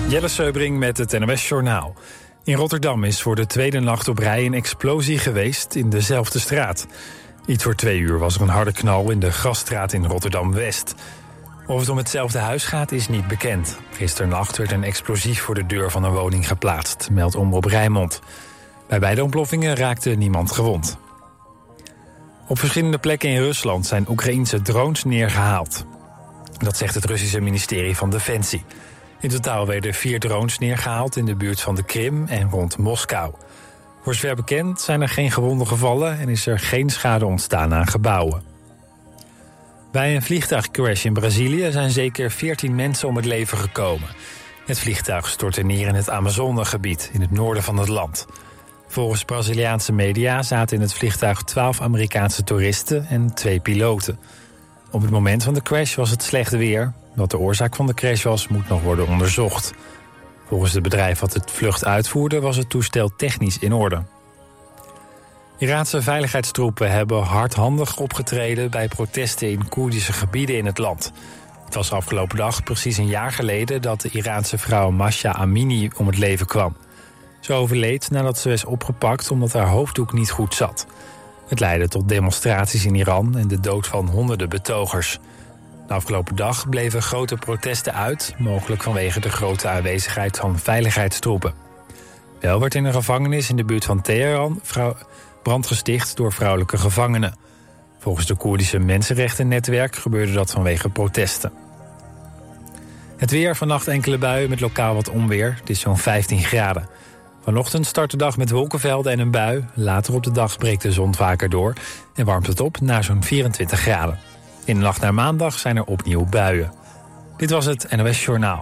Jelle Seubring met het NOS Journaal. In Rotterdam is voor de tweede nacht op rij een explosie geweest in dezelfde straat. Iets voor 2 uur was er een harde knal in de Grasstraat in Rotterdam-West. Of het om hetzelfde huis gaat is niet bekend. Gisternacht werd een explosief voor de deur van een woning geplaatst, meldt Omroep Rijnmond. Bij beide ontploffingen raakte niemand gewond. Op verschillende plekken in Rusland zijn Oekraïense drones neergehaald. Dat zegt het Russische ministerie van Defensie. In totaal werden 4 drones neergehaald in de buurt van de Krim en rond Moskou. Voor zover bekend zijn er geen gewonden gevallen en is er geen schade ontstaan aan gebouwen. Bij een vliegtuigcrash in Brazilië zijn zeker 14 mensen om het leven gekomen. Het vliegtuig stortte neer in het Amazonegebied in het noorden van het land. Volgens Braziliaanse media zaten in het vliegtuig 12 Amerikaanse toeristen en 2 piloten. Op het moment van de crash was het slecht weer. Wat de oorzaak van de crash was, moet nog worden onderzocht. Volgens het bedrijf dat het vlucht uitvoerde, was het toestel technisch in orde. Iraanse veiligheidstroepen hebben hardhandig opgetreden bij protesten in Koerdische gebieden in het land. Het was afgelopen dag precies een jaar geleden dat de Iraanse vrouw Mahsa Amini om het leven kwam. Ze overleed nadat ze was opgepakt omdat haar hoofddoek niet goed zat. Het leidde tot demonstraties in Iran en de dood van honderden betogers. De afgelopen dag bleven grote protesten uit, mogelijk vanwege de grote aanwezigheid van veiligheidstroepen. Wel werd in een gevangenis in de buurt van Teheran brand gesticht door vrouwelijke gevangenen. Volgens de Koerdische Mensenrechtennetwerk gebeurde dat vanwege protesten. Het weer, vannacht enkele buien met lokaal wat onweer. Het is zo'n 15 graden. Vanochtend start de dag met wolkenvelden en een bui. Later op de dag breekt de zon vaker door en warmt het op naar zo'n 24 graden. In de nacht naar maandag zijn er opnieuw buien. Dit was het NOS Journaal.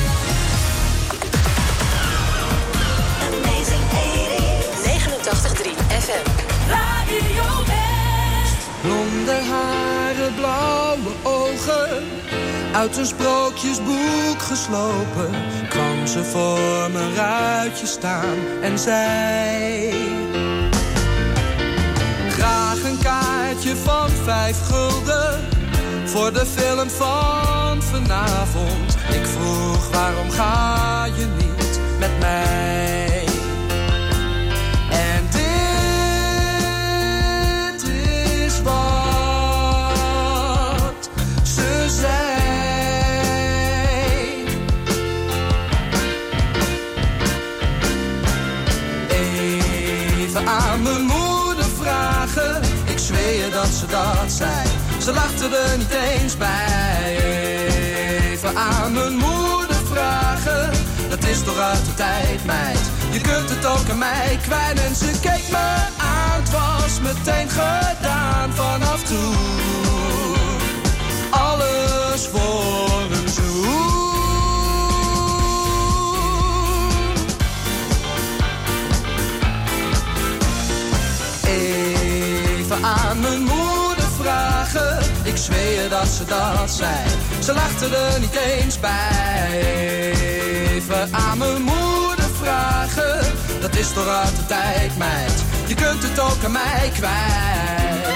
Blonde haren, blauwe ogen, uit een sprookjesboek geslopen, kwam ze voor mijn ruitje staan en zei: graag een kaartje van 5 gulden voor de film van vanavond. Ik vroeg, waarom ga je niet met mij? En dit is wat ze zei. Even aan mijn moeder vragen, ik zweer dat ze dat zei. Ze lachte er niet eens bij. Even aan mijn moeder vragen, dat is toch uit de tijd, meid. Je kunt het ook aan mij kwijt. En ze keek me aan, het was meteen gedaan. Vanaf toen, alles voor een zoen. Even aan mijn moeder vragen, ik zweer dat ze dat zei. Ze lachte er niet eens bij. Even aan mijn moeder vragen, dat is toch uit de tijd, meid. Je kunt het ook aan mij kwijt.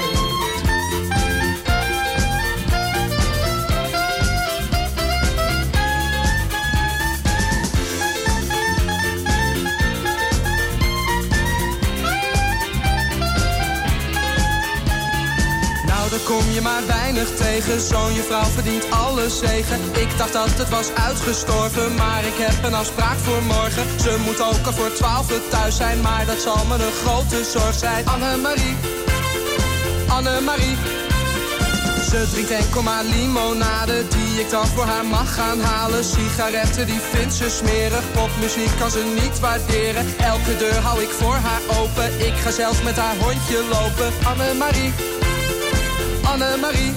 Daar kom je maar weinig tegen, zo'n juffrouw verdient alle zegen. Ik dacht dat het was uitgestorven, maar ik heb een afspraak voor morgen. Ze moet ook al voor 12 thuis zijn, maar dat zal me een grote zorg zijn. Annemarie, Annemarie. Ze drinkt enkel maar limonade, die ik dan voor haar mag gaan halen. Sigaretten, die vindt ze smerig, popmuziek kan ze niet waarderen. Elke deur hou ik voor haar open, ik ga zelfs met haar hondje lopen. Annemarie, Annemarie.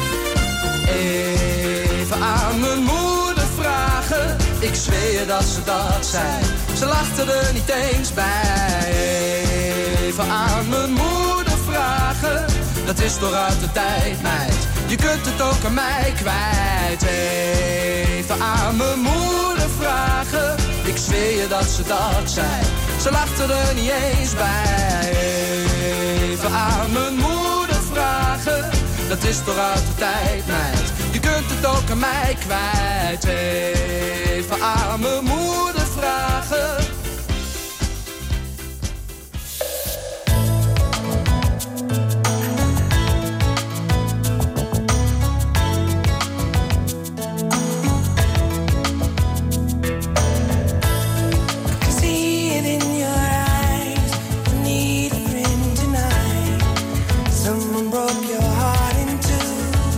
Even aan mijn moeder vragen, ik zweer dat ze dat zei. Ze lachte er niet eens bij. Even aan mijn moeder vragen, dat is toch uit de tijd, meid. Je kunt het ook aan mij kwijt. Even aan mijn moeder vragen, ik zweer je dat ze dat zei. Ze lachte er niet eens bij. Even aan mijn moeder vragen, dat is toch uit de tijd, meid. Je kunt het ook aan mij kwijt. Even aan mijn moeder vragen.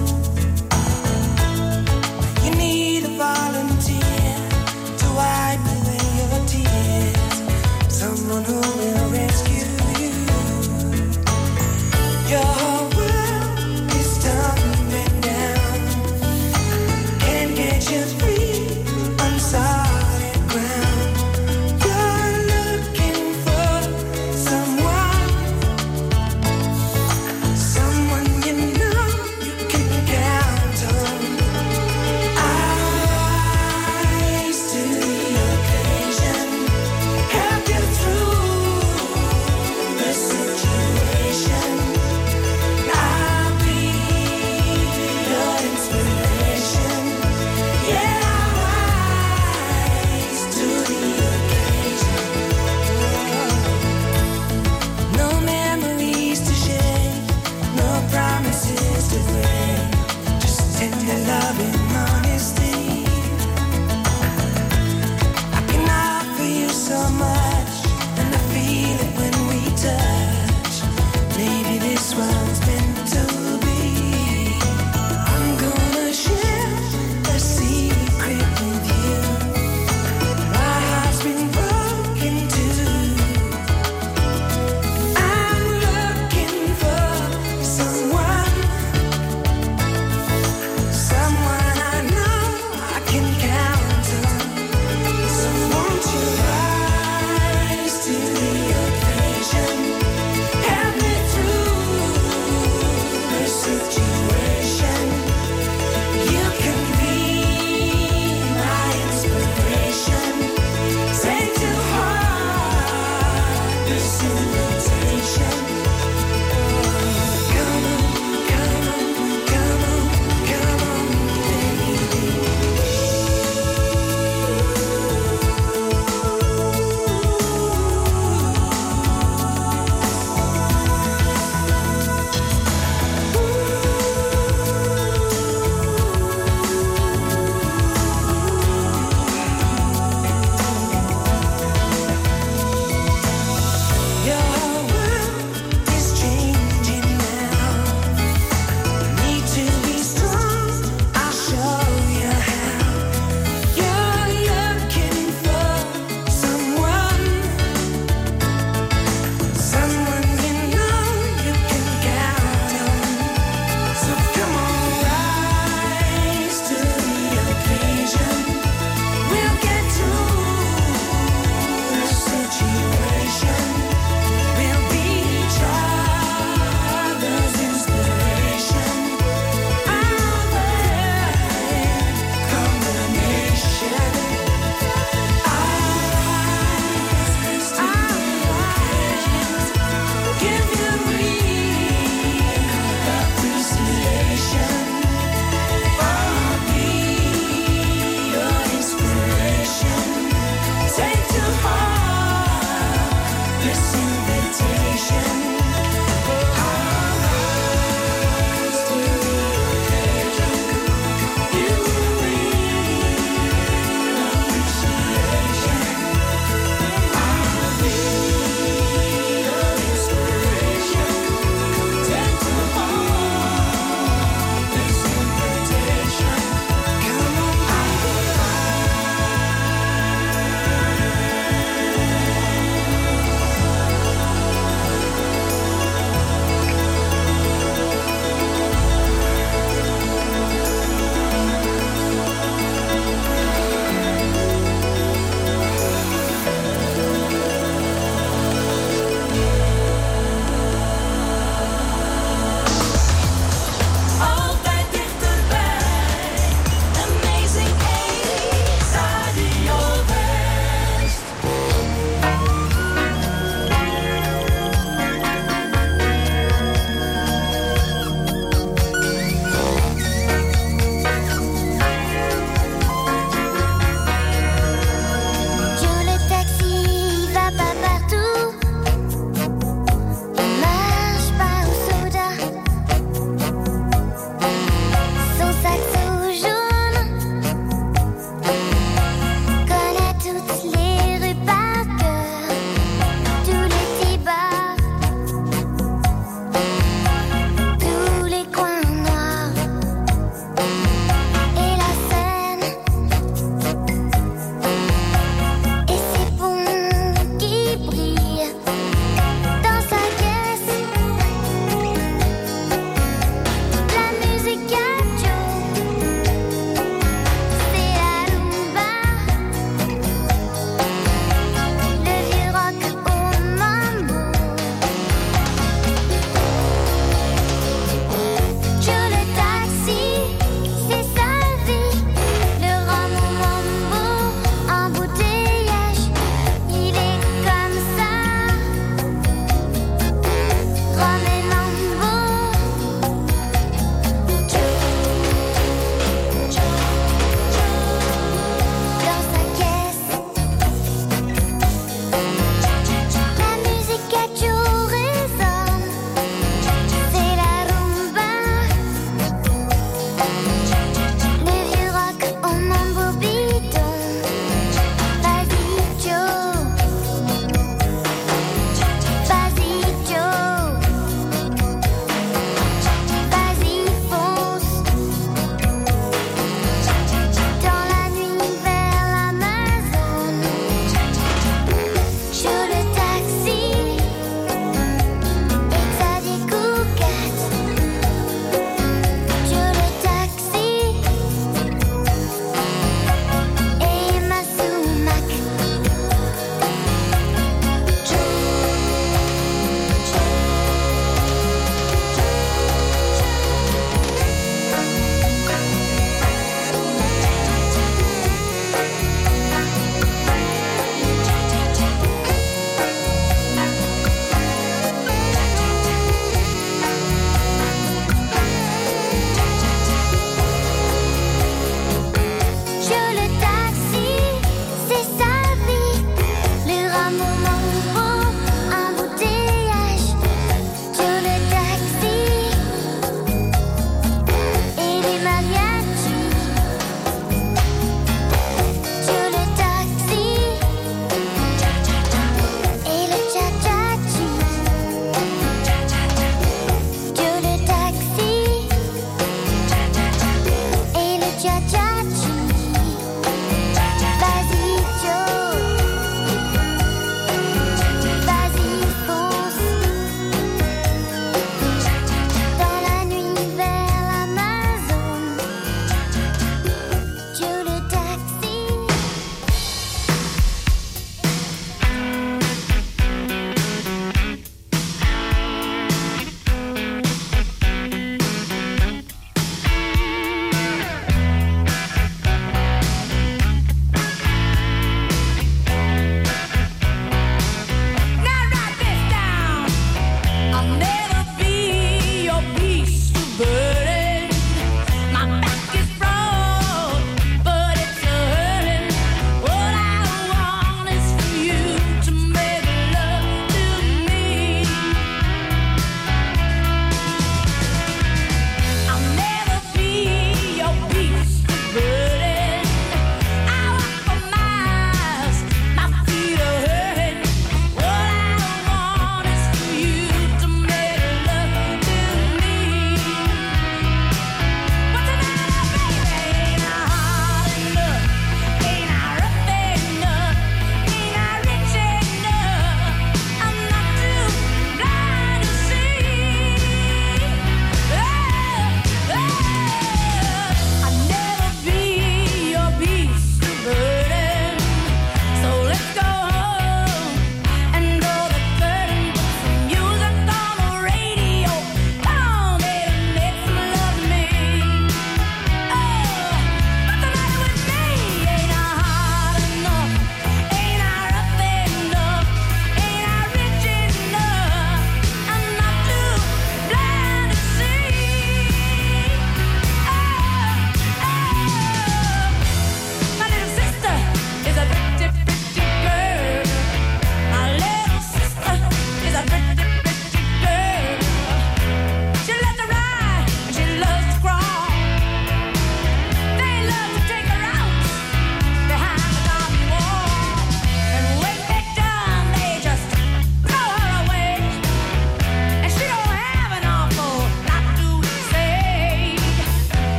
Volunteer to wipe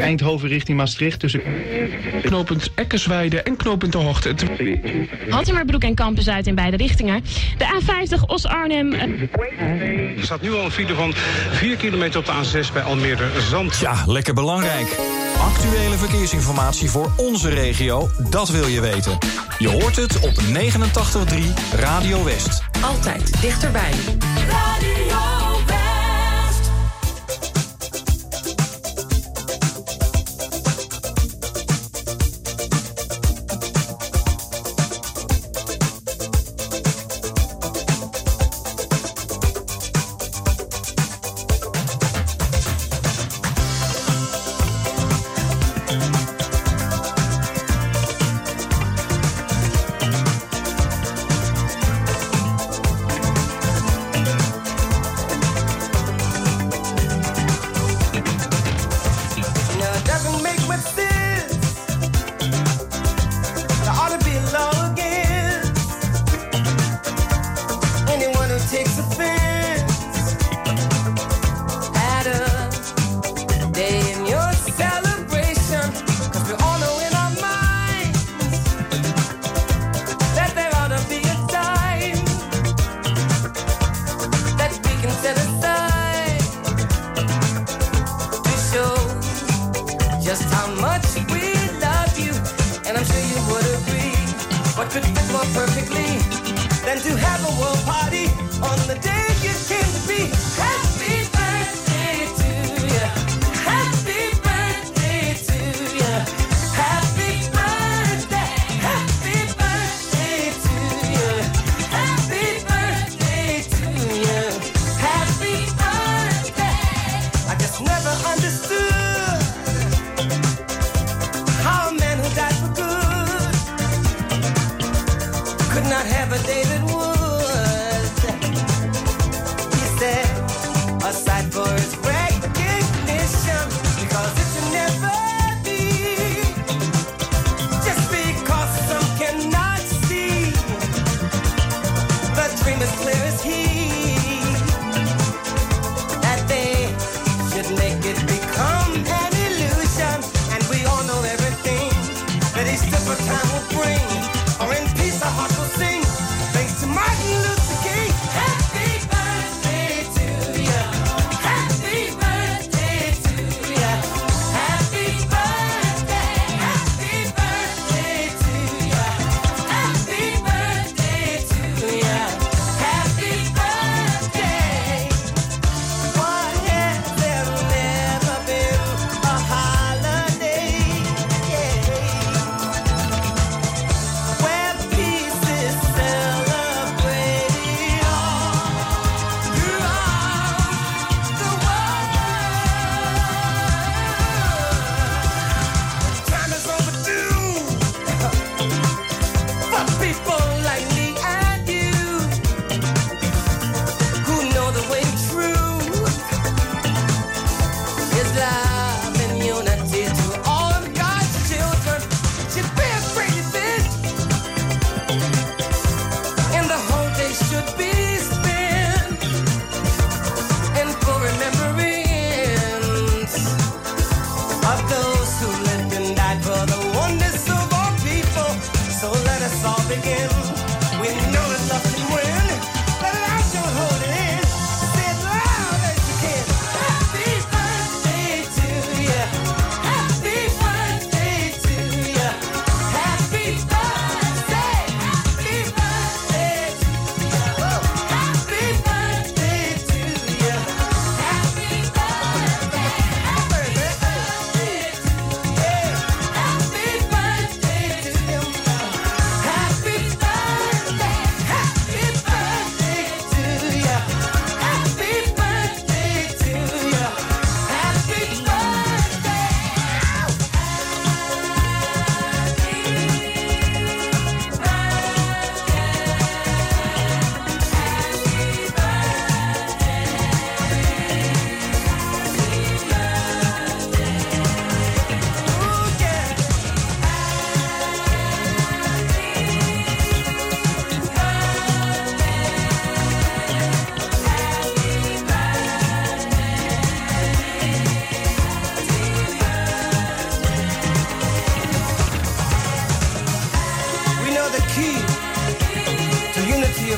Eindhoven richting Maastricht tussen knooppunt Eckersweide en knooppunt De Hoogte. Hattemerbroek en Kampen Zuid in beide richtingen. De A50 Os-Arnhem. Er staat nu al een file van 4 kilometer op de A6 bij Almere-Zand. Ja, lekker belangrijk. Actuele verkeersinformatie voor onze regio, dat wil je weten. Je hoort het op 89.3 Radio West. Altijd dichterbij. Radio West. Could not have a David Wood.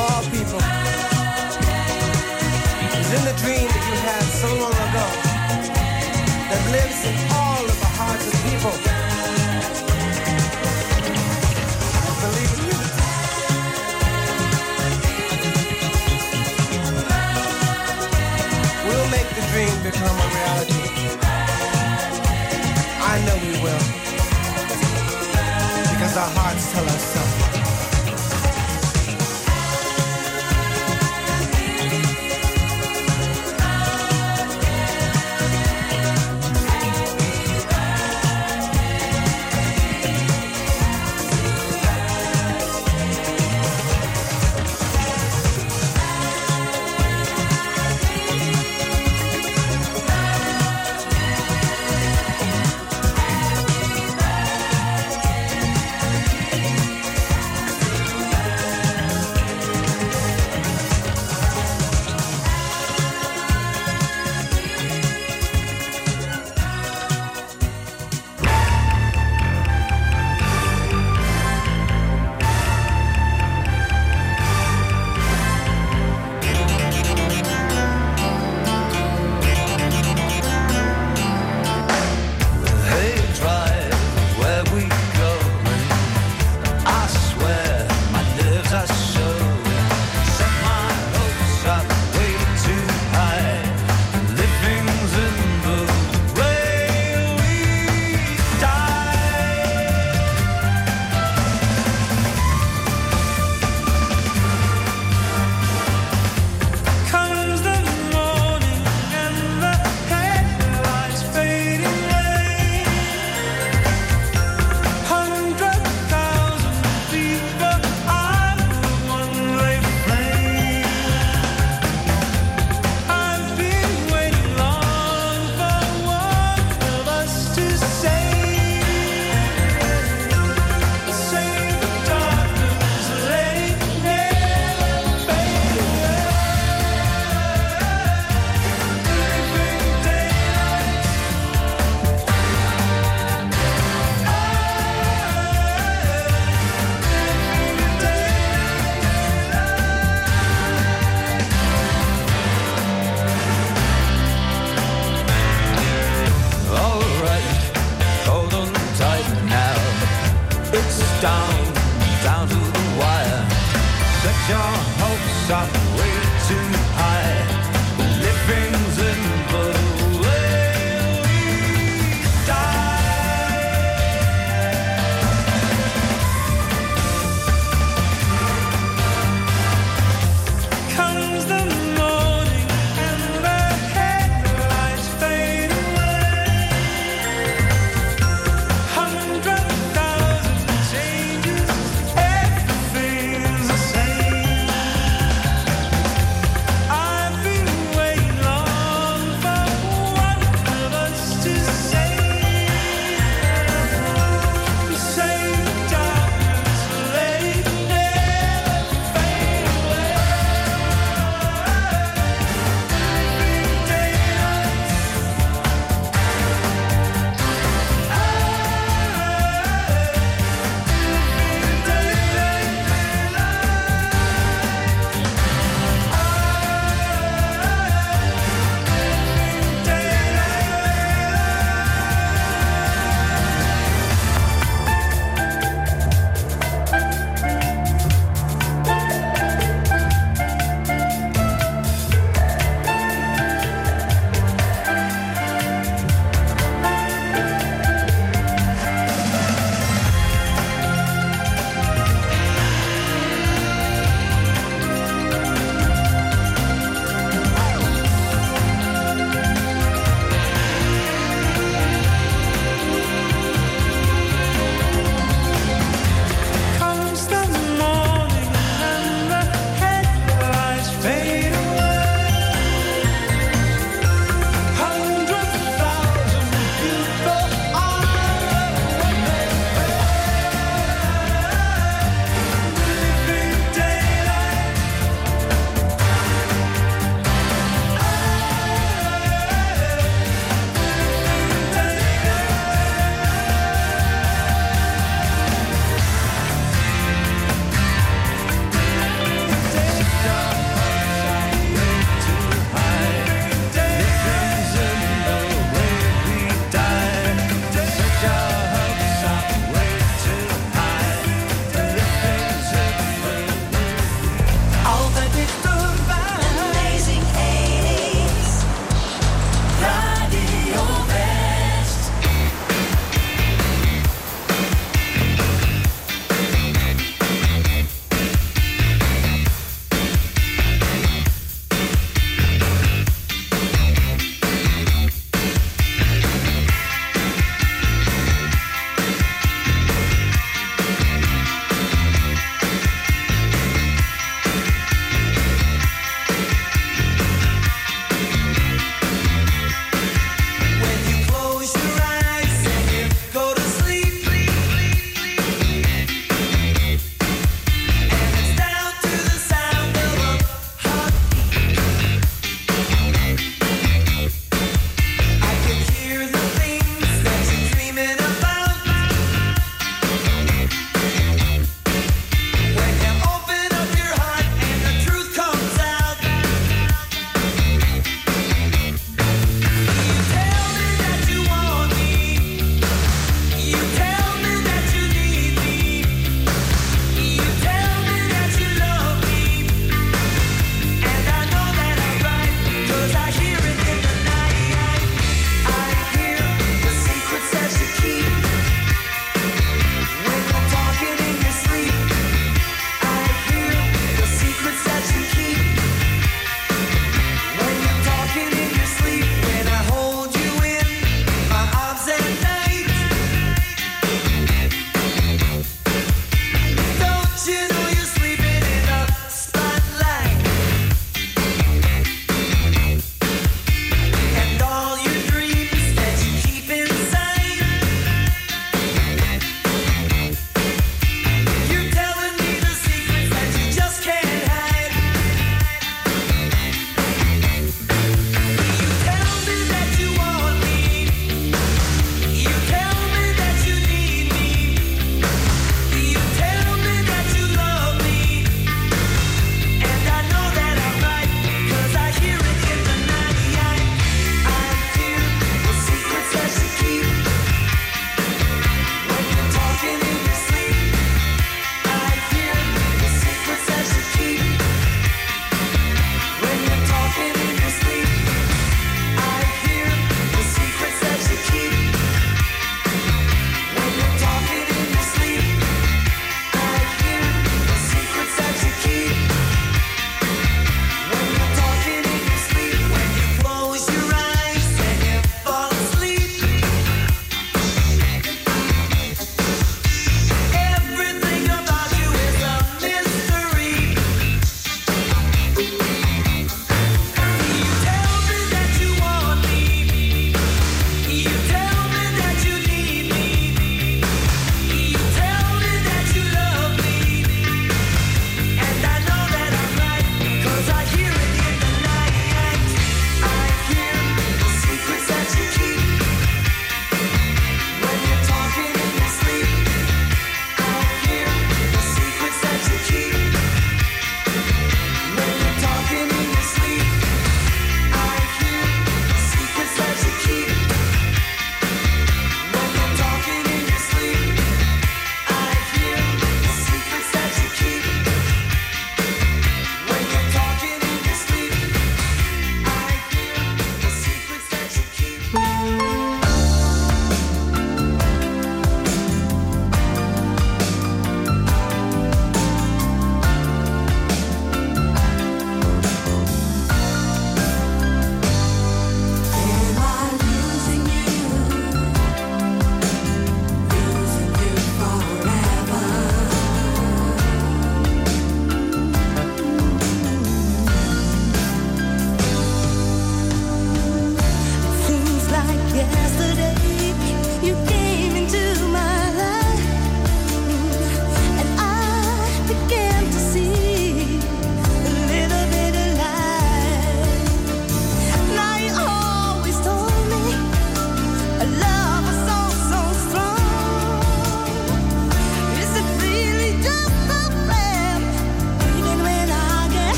all people is in the dream that you had so long ago that lives in all of the hearts of people. I believe in you. We'll make the dream become a reality. I know we will. Because our hearts tell us so. I've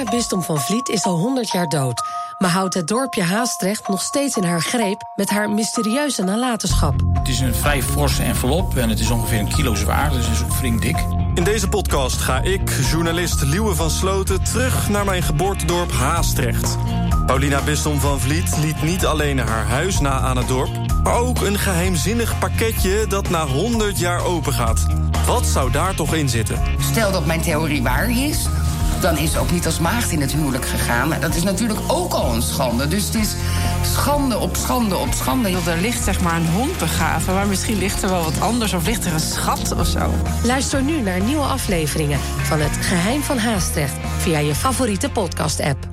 Bisdom van Vliet is al 100 jaar dood, maar houdt het dorpje Haastrecht nog steeds in haar greep met haar mysterieuze nalatenschap. Het is een vrij forse envelop en het is ongeveer 1 kilo zwaar, dus het is ook flink dik. In deze podcast ga ik, journalist Liewe van Sloten, terug naar mijn geboortedorp Haastrecht. Paulina Bisdom van Vliet liet niet alleen haar huis na aan het dorp, maar ook een geheimzinnig pakketje dat na 100 jaar open gaat. Wat zou daar toch in zitten? Stel dat mijn theorie waar is, dan is ze ook niet als maagd in het huwelijk gegaan. Dat is natuurlijk ook al een schande. Dus het is schande op schande op schande. Er ligt zeg maar een hond begraven, maar misschien ligt er wel wat anders of ligt er een schat of zo. Luister nu naar nieuwe afleveringen van Het Geheim van Haastrecht via je favoriete podcast-app.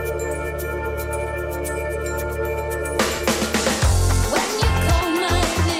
When you call my name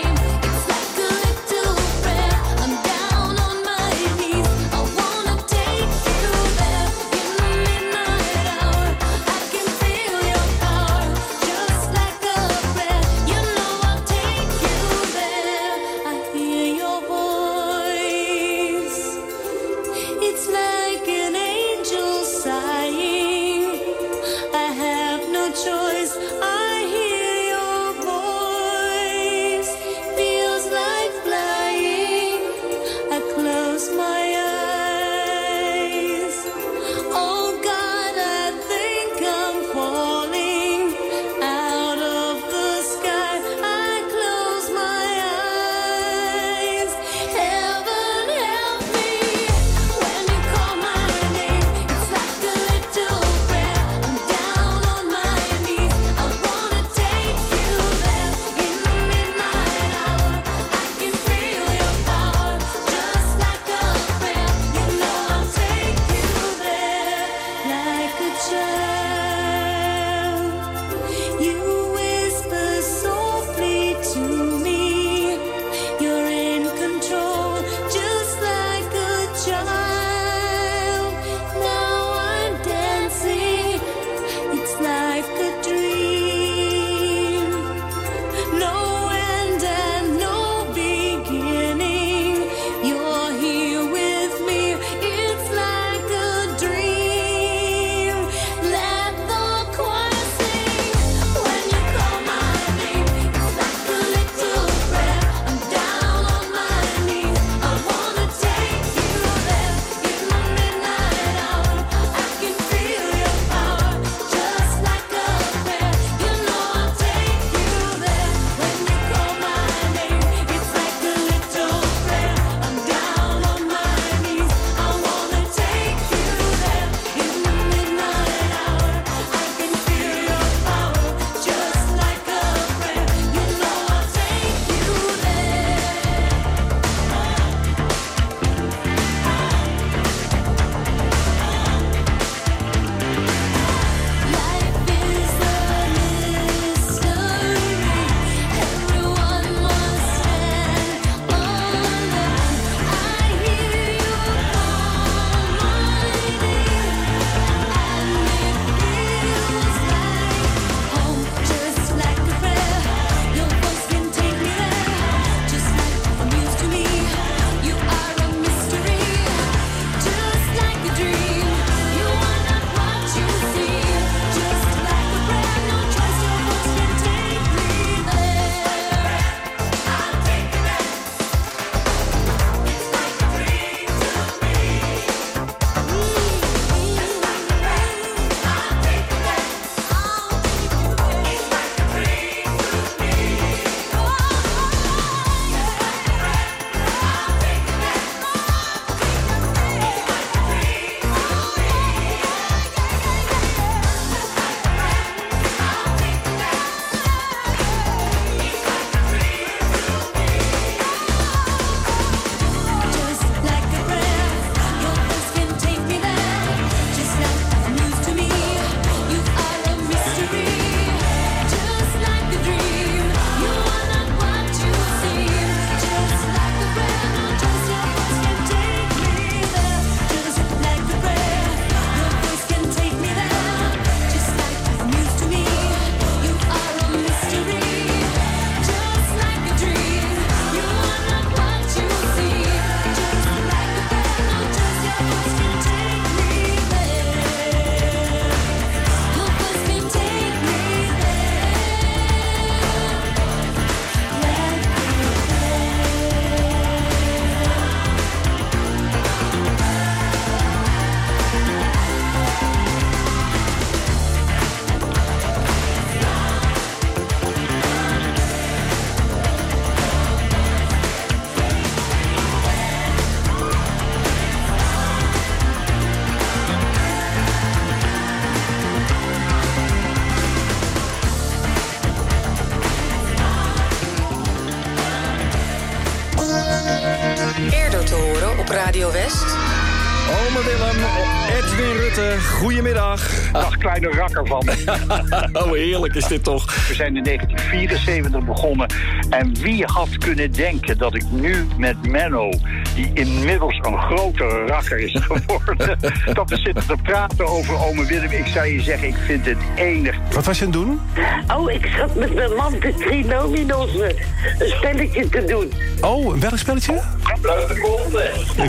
West. Ome Willem, Edwin Rutte, goedemiddag. Dag, kleine rakker van me. Oh, heerlijk is dit toch. We zijn in 1974 begonnen. En wie had kunnen denken dat ik nu met Menno, die inmiddels een grotere rakker is geworden, dat we zitten te praten over ome Willem. Ik zou je zeggen, ik vind het enig. Wat was je aan het doen? Oh, ik zat met mijn man de trinominos een spelletje te doen. Oh, welk spelletje? Blote konden.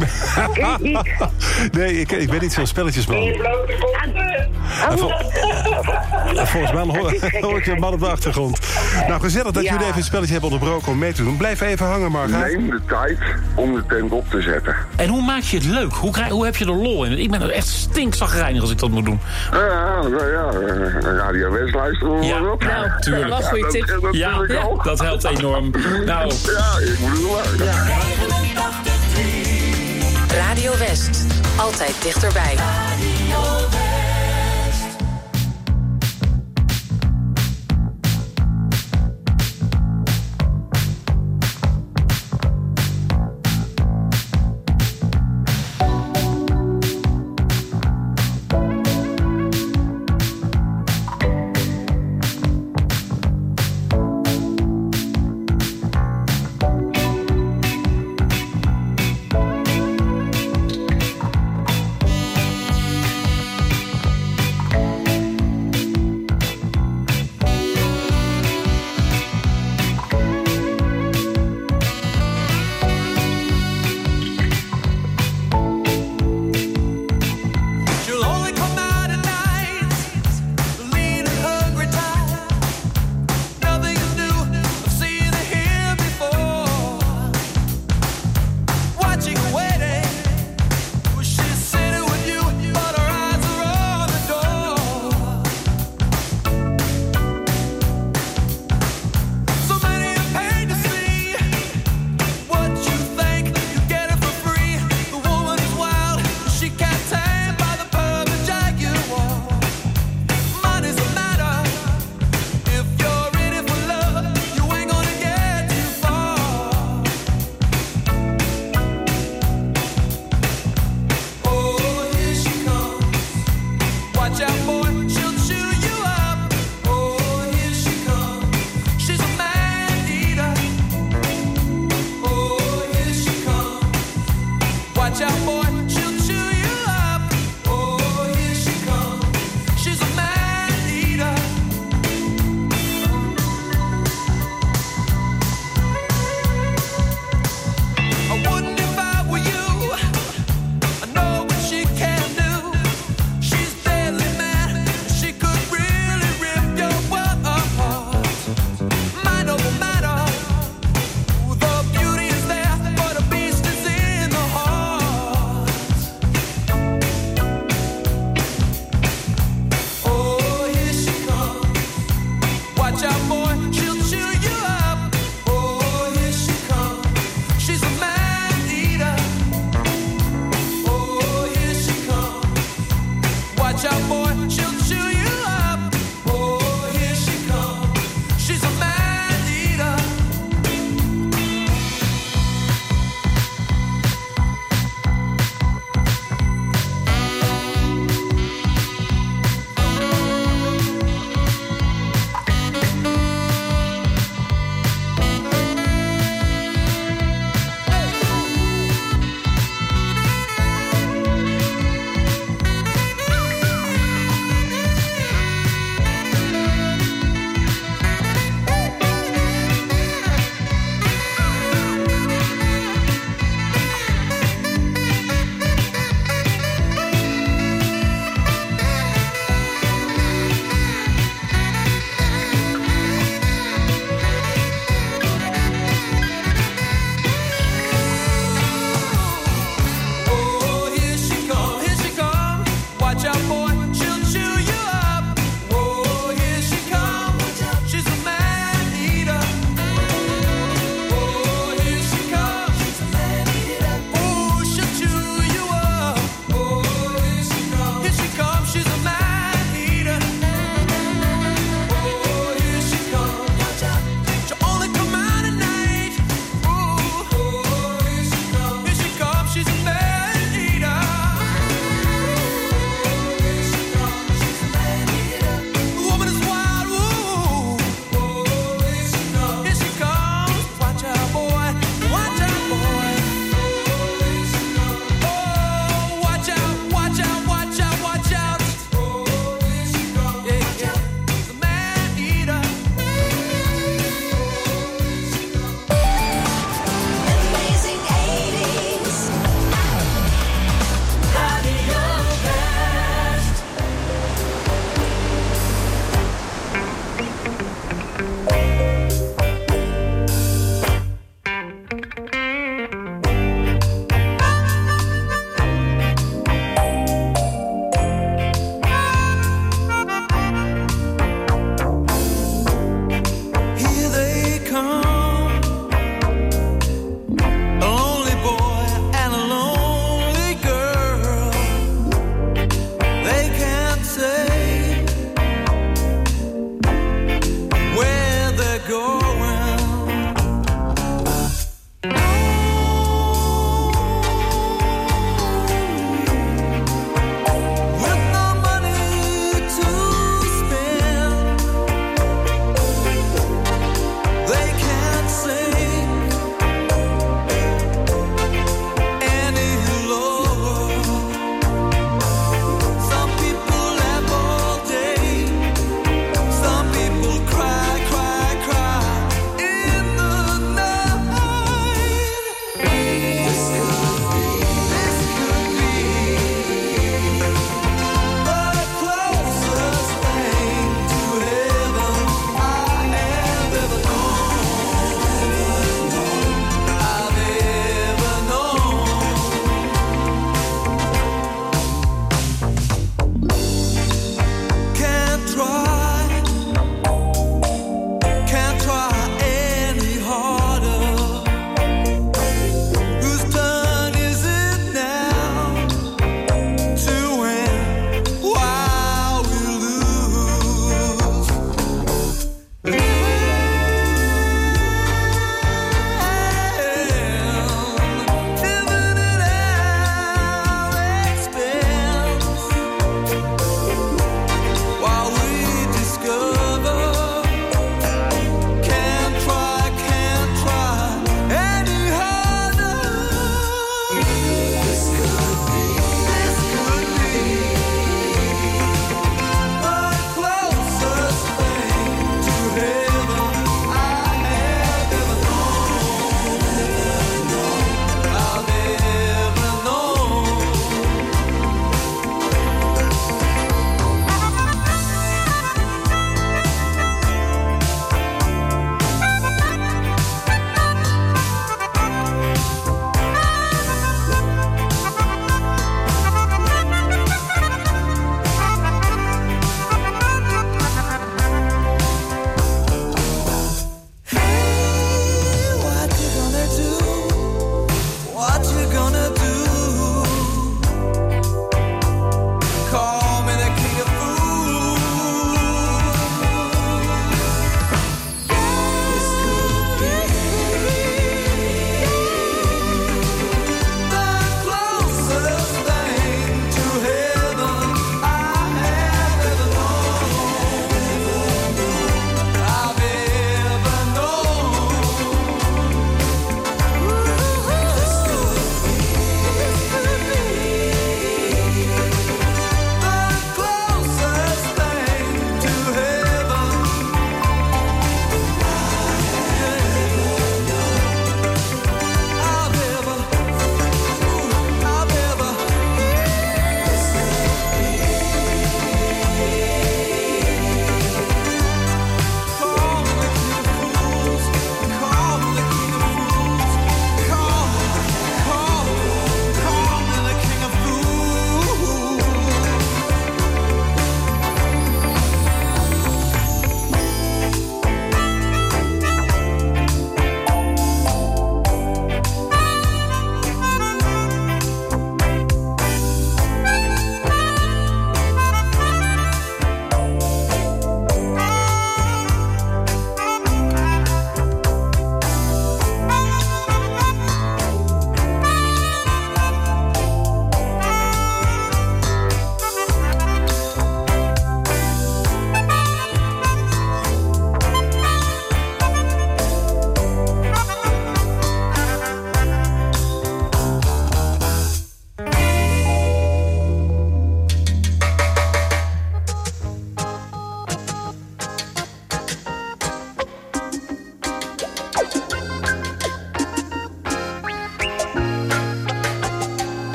Nee, ik weet niet zo'n spelletjesman. Volgens mij hoor ik je man op de achtergrond. Nou, gezellig dat jullie even het spelletje hebben onderbroken om mee te doen. Blijf even hangen, Marga. Neem de tijd om de tent op te zetten. En hoe maak je het leuk? Hoe heb je er lol in? Ik ben er echt stinkzagrijnig als ik dat moet doen. Radio West luisteren we ja, op. Nou, tuurlijk. Wat een goede tip. Ja, dat helpt enorm. Nou. Ja, ik moet het wel. Radio West. Altijd dichterbij.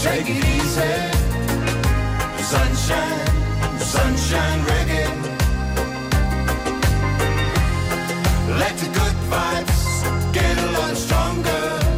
Take it easy. Sunshine, sunshine reggae. Let the good vibes get a lot stronger.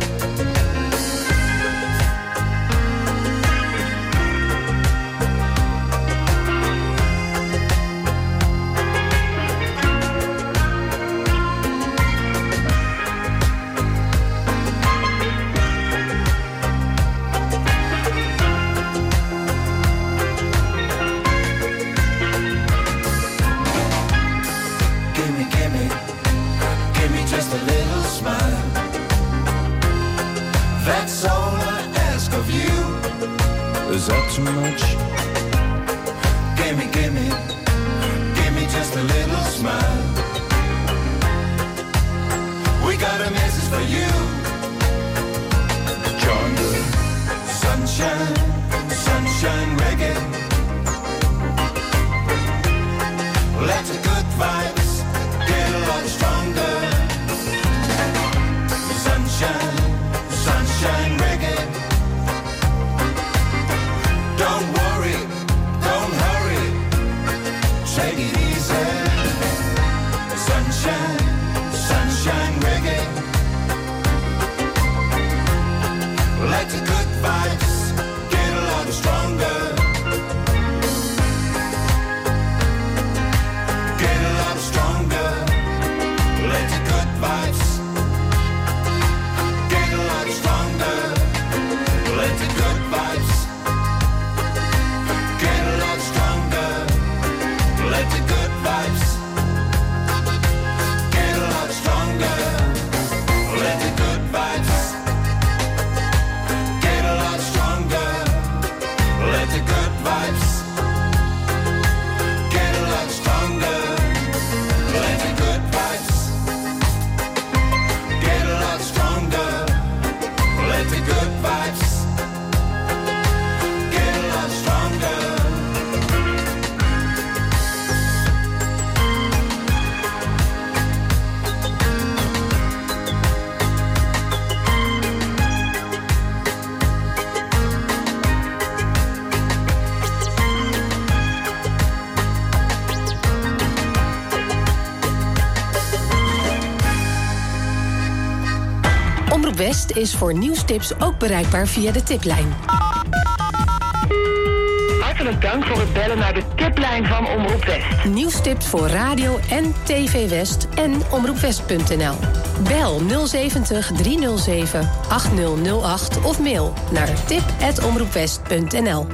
That's all I ask of you. Is that too much? Give me just a little smile. We got a message for you. Join the sunshine, sunshine reggae. Let the good vibes get a lot stronger. Sunshine, sunshine reggae. Don't worry, don't hurry. Take it easy. Sunshine, sunshine reggae. Let the good vibes get a lot stronger. Get a lot stronger. Let the good vibes get a lot stronger. Let the good vibes get a lot stronger. Let the good vibes get a lot stronger. Let the good vibes get a lot stronger. Let the good vibes get a lot stronger. Let the good vibes get a lot stronger. Let the good vibes get a lot stronger. Omroep West is voor nieuwstips ook bereikbaar via de tiplijn. Hartelijk dank voor het bellen naar de tiplijn van Omroep West. Nieuwstips voor radio en TV West en omroepwest.nl. Bel 070 307 8008 of mail naar tip@omroepwest.nl.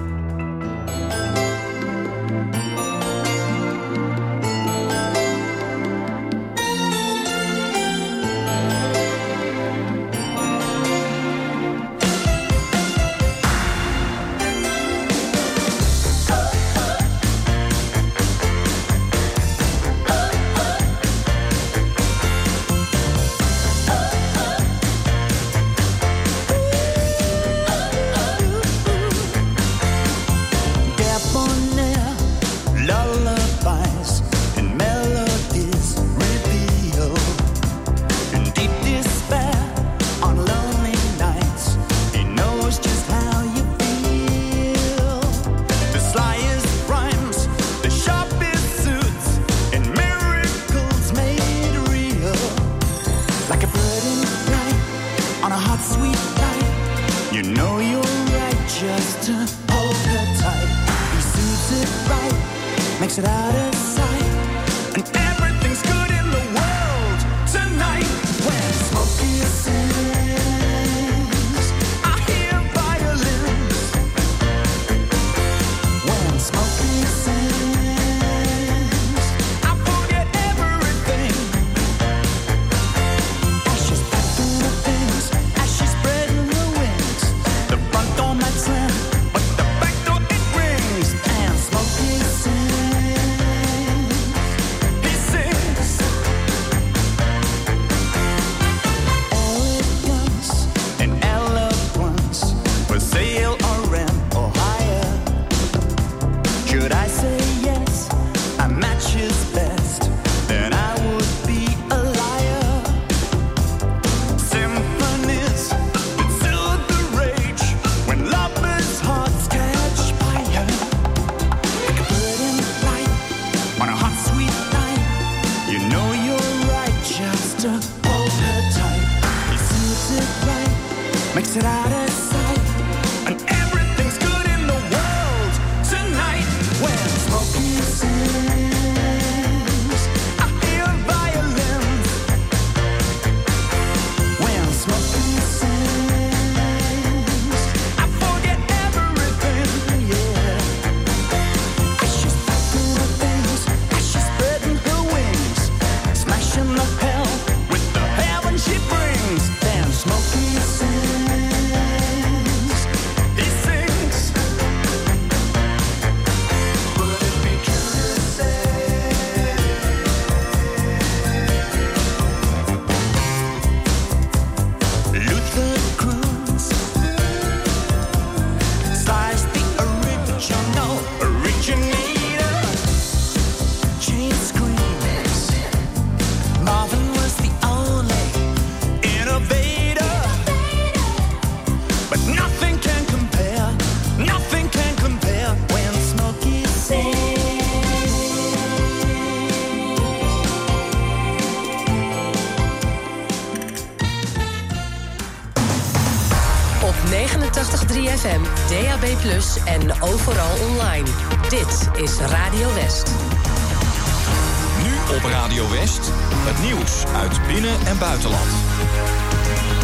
89.3 FM, DAB+, en overal online. Dit is Radio West. Nu op Radio West, het nieuws uit binnen- en buitenland.